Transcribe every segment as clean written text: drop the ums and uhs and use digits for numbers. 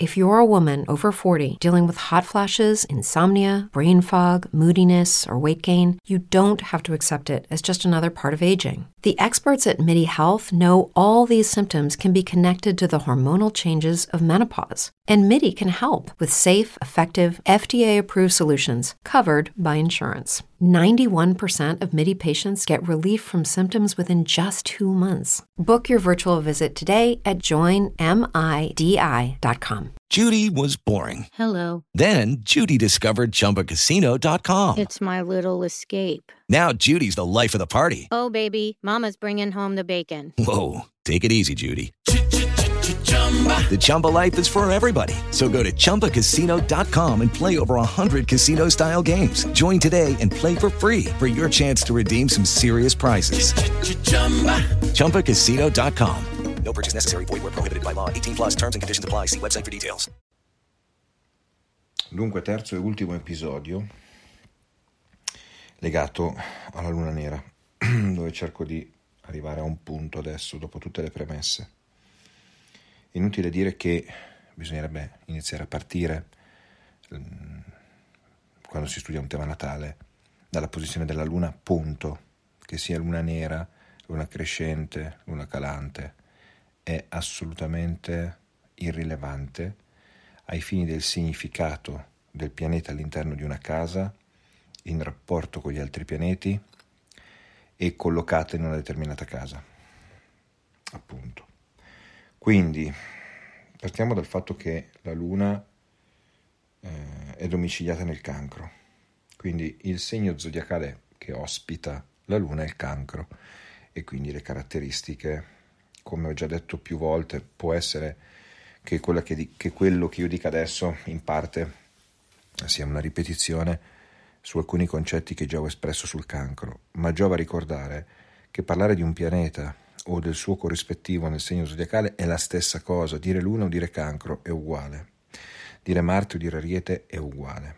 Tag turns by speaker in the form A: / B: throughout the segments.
A: If you're a woman over 40 dealing with hot flashes, insomnia, brain fog, moodiness, or weight gain, you don't have to accept it as just another part of aging. The experts at MIDI Health know all these symptoms can be connected to the hormonal changes of menopause. And MIDI can help with safe, effective, FDA-approved solutions covered by insurance. 91% of MIDI patients get relief from symptoms within just 2 months. Book your virtual visit today at joinmidi.com.
B: Judy was boring.
C: Hello.
B: Then Judy discovered ChumbaCasino.com.
C: It's my little escape.
B: Now Judy's the life of the party.
C: Oh, baby, mama's bringing home the bacon.
B: Whoa, take it easy, Judy. The Chumba life is for everybody. So go to ChumbaCasino.com and play over 100 casino-style games. Join today and play for free for your chance to redeem some serious prizes. ChumbaCasino.com. No purchase necessary. Void where prohibited by law. 18 plus terms and conditions apply. See website for details.
D: Dunque, terzo e ultimo episodio legato alla luna nera, dove cerco di arrivare a un punto adesso, dopo tutte le premesse. Inutile dire che bisognerebbe iniziare a partire, quando si studia un tema natale, dalla posizione della luna, punto. Che sia luna nera, luna crescente, luna calante, è assolutamente irrilevante ai fini del significato del pianeta all'interno di una casa, in rapporto con gli altri pianeti e collocata in una determinata casa, appunto. Quindi partiamo dal fatto che la luna è domiciliata nel Cancro, quindi il segno zodiacale che ospita la luna è il Cancro, e quindi le caratteristiche, come ho già detto più volte, può essere che quello che io dica adesso in parte sia una ripetizione su alcuni concetti che già ho espresso sul Cancro, ma giova ricordare che parlare di un pianeta o del suo corrispettivo nel segno zodiacale è la stessa cosa. Dire luna o dire Cancro è uguale, dire Marte o dire Ariete è uguale.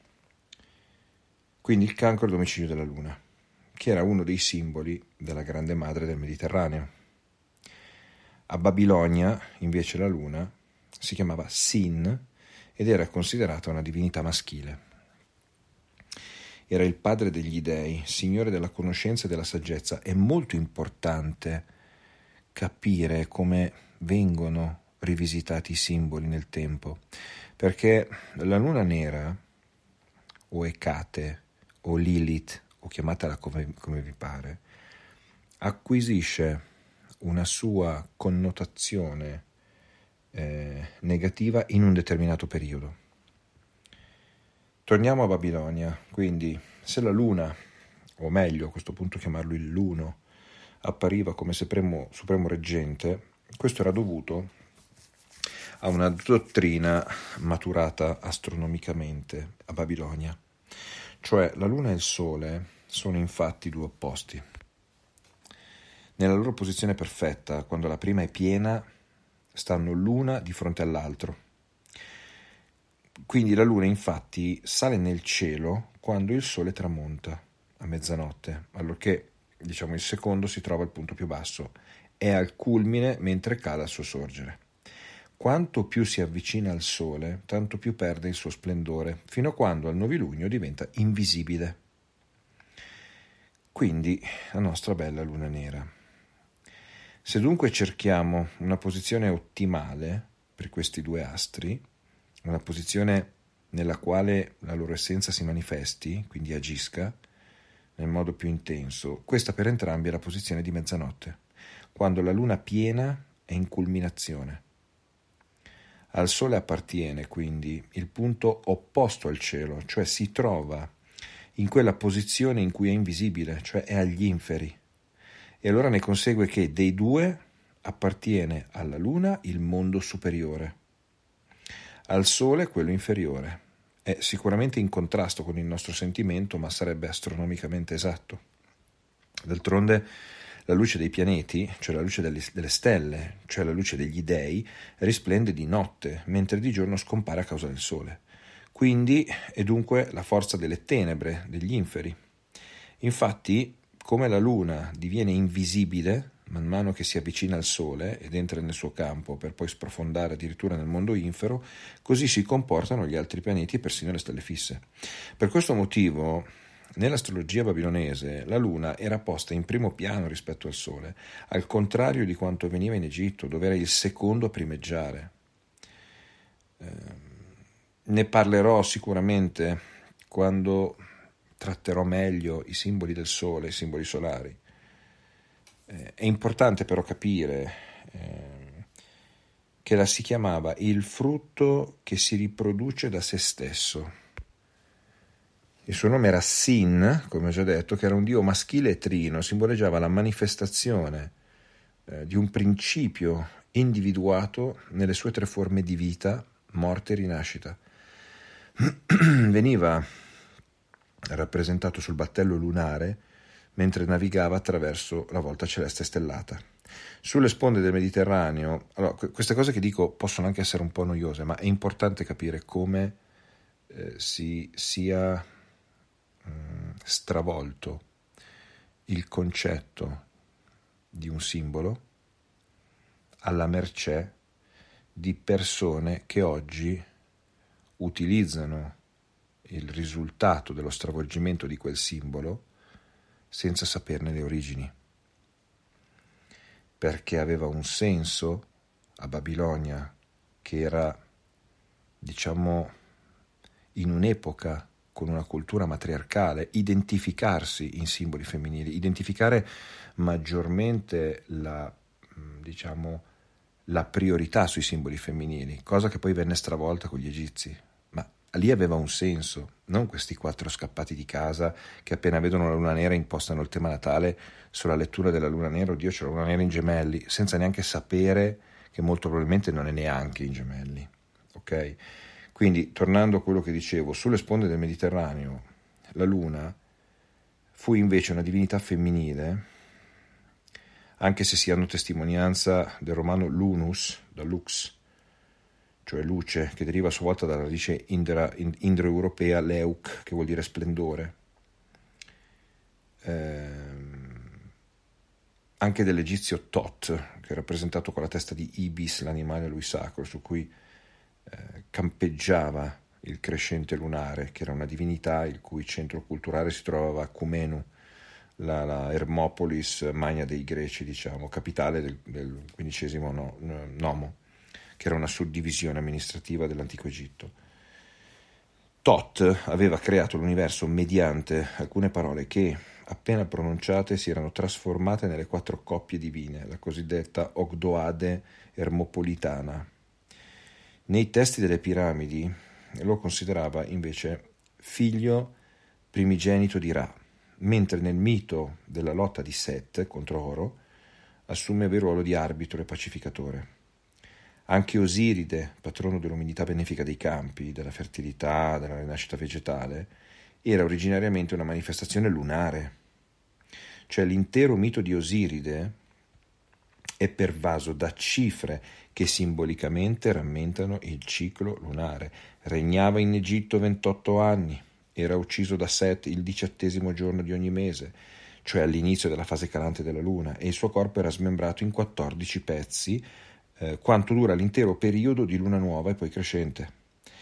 D: Quindi il Cancro è il domicilio della luna, che era uno dei simboli della grande madre del Mediterraneo. A Babilonia, invece, la luna si chiamava Sin ed era considerata una divinità maschile. Era il padre degli dei, signore della conoscenza e della saggezza. È molto importante capire come vengono rivisitati i simboli nel tempo, perché la luna nera, o Ecate, o Lilith, o chiamatela come vi pare, acquisisce una sua connotazione negativa in un determinato periodo. Torniamo a Babilonia. Quindi, se la luna, o meglio a questo punto chiamarlo il luno, appariva come supremo reggente, questo era dovuto a una dottrina maturata astronomicamente a Babilonia. Cioè, la luna e il sole sono infatti due opposti. Nella loro posizione perfetta, quando la prima è piena, stanno l'una di fronte all'altro. Quindi la luna infatti sale nel cielo quando il sole tramonta a mezzanotte, allorché il secondo si trova al punto più basso, è al culmine mentre cala al suo sorgere. Quanto più si avvicina al sole, tanto più perde il suo splendore, fino a quando al novilunio diventa invisibile. Quindi la nostra bella luna nera. Se dunque cerchiamo una posizione ottimale per questi due astri, una posizione nella quale la loro essenza si manifesti, quindi agisca nel modo più intenso, questa per entrambi è la posizione di mezzanotte, quando la luna piena è in culminazione. Al sole appartiene quindi il punto opposto al cielo, cioè si trova in quella posizione in cui è invisibile, cioè è agli inferi. E allora ne consegue che dei due appartiene alla luna il mondo superiore, al sole quello inferiore. È sicuramente in contrasto con il nostro sentimento, ma sarebbe astronomicamente esatto. D'altronde la luce dei pianeti, cioè la luce delle stelle, cioè la luce degli dei, risplende di notte, mentre di giorno scompare a causa del sole. Quindi è dunque la forza delle tenebre, degli inferi. Infatti, come la luna diviene invisibile man mano che si avvicina al Sole ed entra nel suo campo per poi sprofondare addirittura nel mondo infero, così si comportano gli altri pianeti e persino le stelle fisse. Per questo motivo, nell'astrologia babilonese, la Luna era posta in primo piano rispetto al Sole, al contrario di quanto avveniva in Egitto, dove era il secondo a primeggiare. Ne parlerò sicuramente quando tratterò meglio i simboli del Sole, i simboli solari. È importante però capire che la si chiamava il frutto che si riproduce da se stesso. Il suo nome era Sin, come ho già detto, che era un dio maschile e trino, simboleggiava la manifestazione di un principio individuato nelle sue 3 forme di vita, morte e rinascita. Veniva rappresentato sul battello lunare mentre navigava attraverso la volta celeste stellata. Sulle sponde del Mediterraneo, allora, queste cose che dico possono anche essere un po' noiose, ma è importante capire come si sia stravolto il concetto di un simbolo alla mercé di persone che oggi utilizzano il risultato dello stravolgimento di quel simbolo senza saperne le origini, perché aveva un senso a Babilonia che era, diciamo, in un'epoca con una cultura matriarcale, identificarsi in simboli femminili, identificare maggiormente la priorità sui simboli femminili, cosa che poi venne stravolta con gli egizi. Ma lì aveva un senso, non questi 4 scappati di casa che appena vedono la luna nera impostano il tema natale sulla lettura della luna nera, oddio c'è la luna nera in Gemelli, senza neanche sapere che molto probabilmente non è neanche in Gemelli, ok? Quindi, tornando a quello che dicevo, sulle sponde del Mediterraneo, la Luna fu invece una divinità femminile, anche se si hanno testimonianza del romano lunus, da lux, cioè luce, che deriva a sua volta dalla radice indoeuropea leuk, che vuol dire splendore. Anche dell'egizio Tot, che è rappresentato con la testa di Ibis, l'animale a lui sacro, su cui campeggiava il crescente lunare, che era una divinità il cui centro culturale si trovava a Cumenu, la Hermopolis magna dei Greci, diciamo, capitale del XV nomo, che era una suddivisione amministrativa dell'antico Egitto. Tot aveva creato l'universo mediante alcune parole che, appena pronunciate, si erano trasformate nelle 4 coppie divine, la cosiddetta Ogdoade Ermopolitana. Nei testi delle piramidi lo considerava invece figlio primigenito di Ra, mentre nel mito della lotta di Set contro Oro assumeva il ruolo di arbitro e pacificatore. Anche Osiride, patrono dell'umidità benefica dei campi, della fertilità, della rinascita vegetale, era originariamente una manifestazione lunare. Cioè l'intero mito di Osiride è pervaso da cifre che simbolicamente rammentano il ciclo lunare. Regnava in Egitto 28 anni, era ucciso da Set il 17° giorno di ogni mese, cioè all'inizio della fase calante della luna, e il suo corpo era smembrato in 14 pezzi, quanto dura l'intero periodo di luna nuova e poi crescente.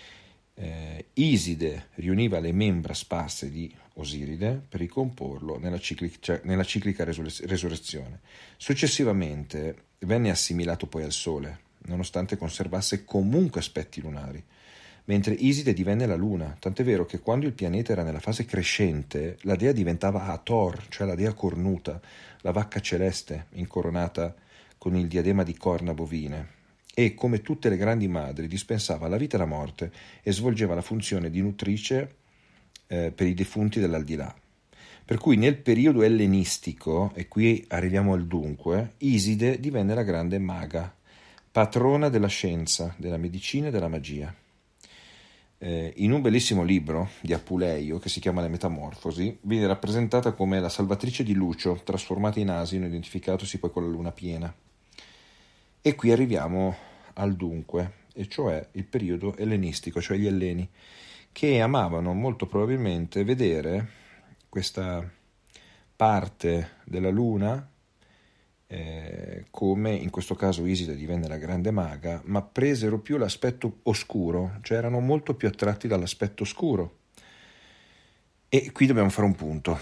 D: Iside riuniva le membra sparse di Osiride per ricomporlo nella ciclica resurrezione. Successivamente venne assimilato poi al Sole, nonostante conservasse comunque aspetti lunari, mentre Iside divenne la Luna, tant'è vero che quando il pianeta era nella fase crescente, la dea diventava Hathor, cioè la dea cornuta, la vacca celeste, incoronata con il diadema di corna bovine, e, come tutte le grandi madri, dispensava la vita e la morte e svolgeva la funzione di nutrice per i defunti dell'aldilà. Per cui nel periodo ellenistico, e qui arriviamo al dunque, Iside divenne la grande maga, patrona della scienza, della medicina e della magia. In un bellissimo libro di Apuleio, che si chiama Le Metamorfosi, viene rappresentata come la salvatrice di Lucio, trasformata in asino, identificatosi poi con la luna piena. E qui arriviamo al dunque, e cioè il periodo ellenistico, cioè gli elleni, che amavano molto probabilmente vedere questa parte della luna come in questo caso Iside divenne la grande maga, ma presero più l'aspetto oscuro, cioè erano molto più attratti dall'aspetto oscuro. E qui dobbiamo fare un punto.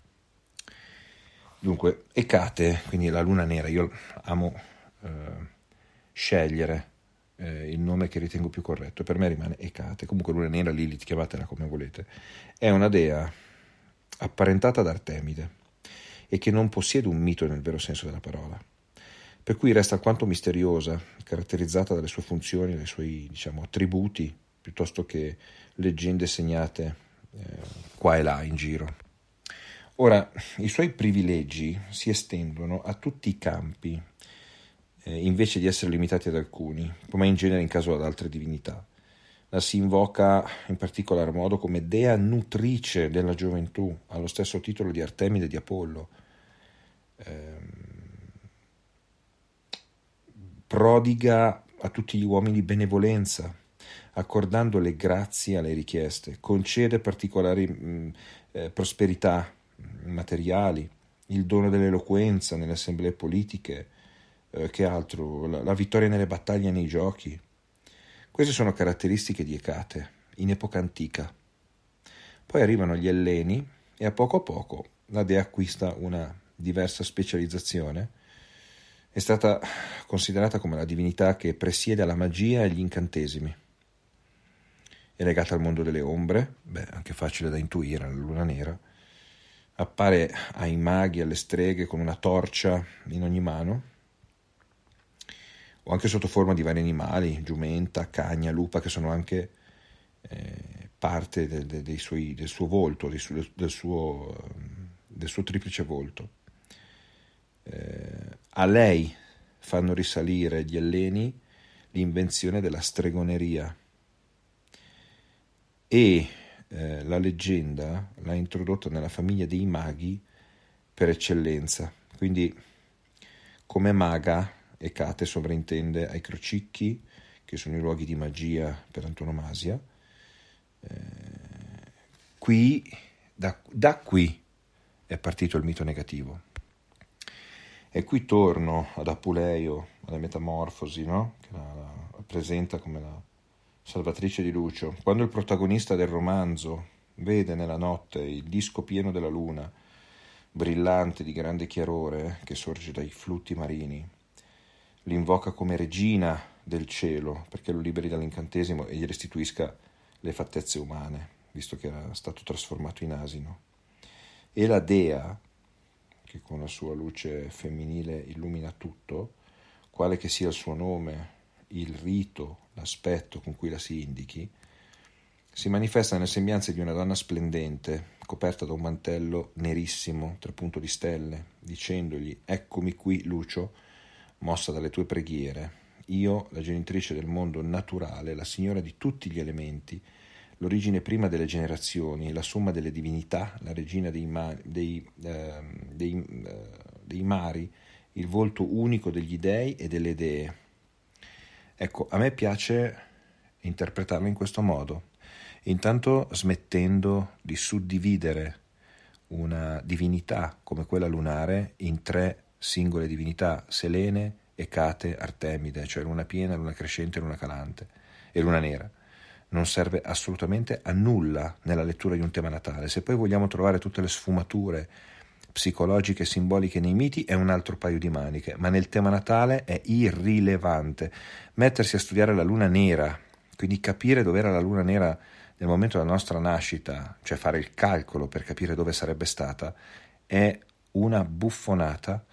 D: Dunque, Ecate, quindi la luna nera, io amo scegliere il nome che ritengo più corretto, per me rimane Ecate, comunque luna nera, Lilith, chiamatela come volete, è una dea apparentata ad Artemide e che non possiede un mito nel vero senso della parola, per cui resta alquanto misteriosa, caratterizzata dalle sue funzioni, dai suoi, diciamo, attributi, piuttosto che leggende segnate qua e là in giro. Ora, i suoi privilegi si estendono a tutti i campi, invece di essere limitati ad alcuni, come in genere in caso ad altre divinità. La si invoca in particolar modo come dea nutrice della gioventù, allo stesso titolo di Artemide e di Apollo. Prodiga a tutti gli uomini benevolenza, accordando le grazie alle richieste, concede particolari prosperità materiali, il dono dell'eloquenza nelle assemblee politiche, che altro, la vittoria nelle battaglie e nei giochi. Queste sono caratteristiche di Ecate in epoca antica. Poi arrivano gli Elleni e a poco la dea acquista una diversa specializzazione. È stata considerata come la divinità che presiede alla magia e agli incantesimi. È legata al mondo delle ombre, anche facile da intuire, la luna nera. Appare ai maghi, alle streghe con una torcia in ogni mano, o anche sotto forma di vari animali, giumenta, cagna, lupa, che sono anche parte del suo volto, del suo triplice volto. A lei fanno risalire gli Elleni l'invenzione della stregoneria e la leggenda l'ha introdotta nella famiglia dei maghi per eccellenza. Quindi come maga Ecate sovrintende ai crocicchi, che sono i luoghi di magia per antonomasia. Da qui è partito il mito negativo. E qui torno ad Apuleio, alla Metamorfosi, no? Che la presenta come la salvatrice di Lucio. Quando il protagonista del romanzo vede nella notte il disco pieno della luna, brillante di grande chiarore, che sorge dai flutti marini, l'invoca come regina del cielo perché lo liberi dall'incantesimo e gli restituisca le fattezze umane, visto che era stato trasformato in asino. E la dea, che con la sua luce femminile illumina tutto, quale che sia il suo nome, il rito, l'aspetto con cui la si indichi, si manifesta nelle sembianze di una donna splendente, coperta da un mantello nerissimo, trapunto di stelle, dicendogli: «Eccomi qui, Lucio, mossa dalle tue preghiere, io, la genitrice del mondo naturale, la signora di tutti gli elementi, l'origine prima delle generazioni, la somma delle divinità, la regina dei mari, il volto unico degli dei e delle dee». Ecco, a me piace interpretarlo in questo modo, intanto smettendo di suddividere una divinità come quella lunare in 3 singole divinità: Selene, Ecate, Artemide, cioè luna piena, luna crescente, luna calante e luna nera. Non serve assolutamente a nulla nella lettura di un tema natale. Se poi vogliamo trovare tutte le sfumature psicologiche e simboliche nei miti è un altro paio di maniche, ma nel tema natale è irrilevante. Mettersi a studiare la luna nera, quindi capire dov'era la luna nera nel momento della nostra nascita, cioè fare il calcolo per capire dove sarebbe stata, è una buffonata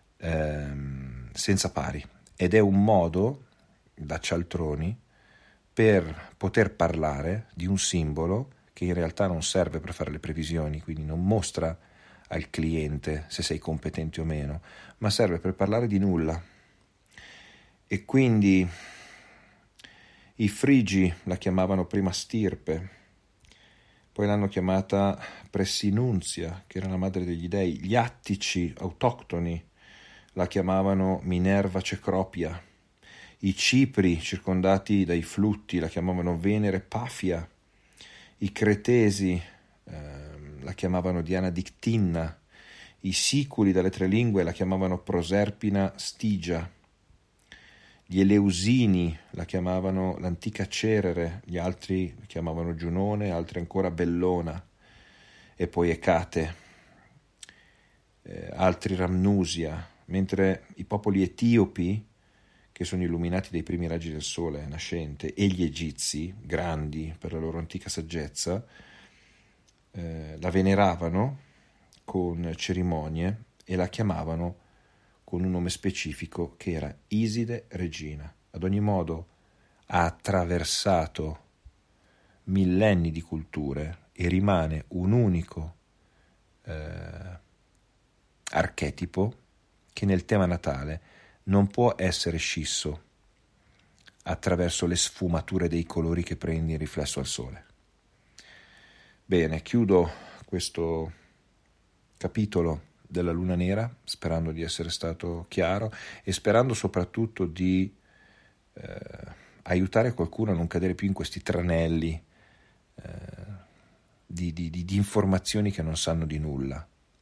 D: senza pari, ed è un modo da cialtroni per poter parlare di un simbolo che in realtà non serve per fare le previsioni, quindi non mostra al cliente se sei competente o meno, ma serve per parlare di nulla. E quindi i frigi la chiamavano prima Stirpe, poi l'hanno chiamata Pressinunzia, che era la madre degli dei. Gli Attici autoctoni la chiamavano Minerva Cecropia, i Cipri circondati dai flutti la chiamavano Venere Pafia, i Cretesi la chiamavano Diana Dictinna, I siculi dalle 3 lingue la chiamavano Proserpina Stigia, gli Eleusini la chiamavano l'antica Cerere, gli altri la chiamavano Giunone, altri ancora Bellona, e poi Ecate, altri Ramnusia, mentre i popoli etiopi, che sono illuminati dai primi raggi del sole nascente, e gli egizi, grandi per la loro antica saggezza, la veneravano con cerimonie e la chiamavano con un nome specifico che era Iside Regina. Ad ogni modo ha attraversato millenni di culture e rimane un unico archetipo che nel tema natale non può essere scisso attraverso le sfumature dei colori che prendi in riflesso al sole. Bene, chiudo questo capitolo della luna nera sperando di essere stato chiaro e sperando soprattutto di aiutare qualcuno a non cadere più in questi tranelli di informazioni che non sanno di nulla.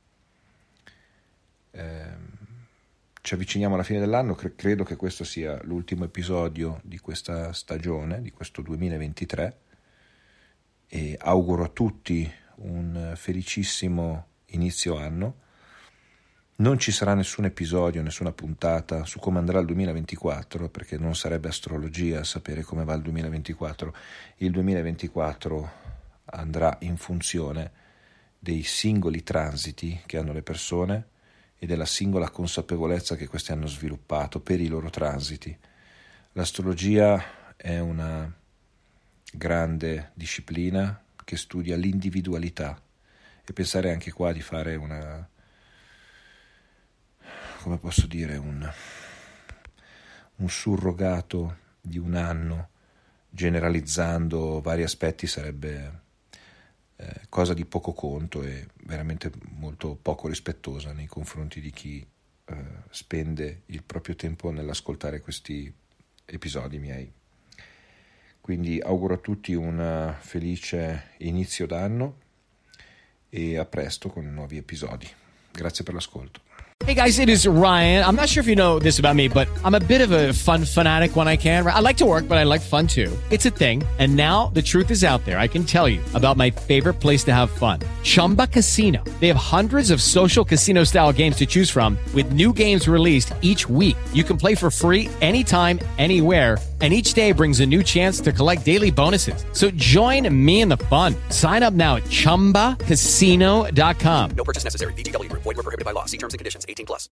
D: Ci avviciniamo alla fine dell'anno, credo che questo sia l'ultimo episodio di questa stagione, di questo 2023, e auguro a tutti un felicissimo inizio anno. Non ci sarà nessun episodio, nessuna puntata su come andrà il 2024, perché non sarebbe astrologia sapere come va il 2024. Il 2024 andrà in funzione dei singoli transiti che hanno le persone e della singola consapevolezza che questi hanno sviluppato per i loro transiti. L'astrologia è una grande disciplina che studia l'individualità, e pensare anche qua di fare un surrogato di un anno generalizzando vari aspetti sarebbe cosa di poco conto e veramente molto poco rispettosa nei confronti di chi spende il proprio tempo nell'ascoltare questi episodi miei. Quindi auguro a tutti un felice inizio d'anno e a presto con nuovi episodi. Grazie per l'ascolto.
E: Hey guys, it is Ryan. I'm not sure if you know this about me, but I'm a bit of a fun fanatic when I can. I like to work, but I like fun too. It's a thing. And now the truth is out there. I can tell you about my favorite place to have fun. Chumba Casino. They have hundreds of social casino style games to choose from with new games released each week. You can play for free anytime, anywhere. And each day brings a new chance to collect daily bonuses. So join me in the fun. Sign up now at ChumbaCasino.com.
F: No purchase necessary. VGW Group. Void where prohibited by law. See terms and conditions. 18+.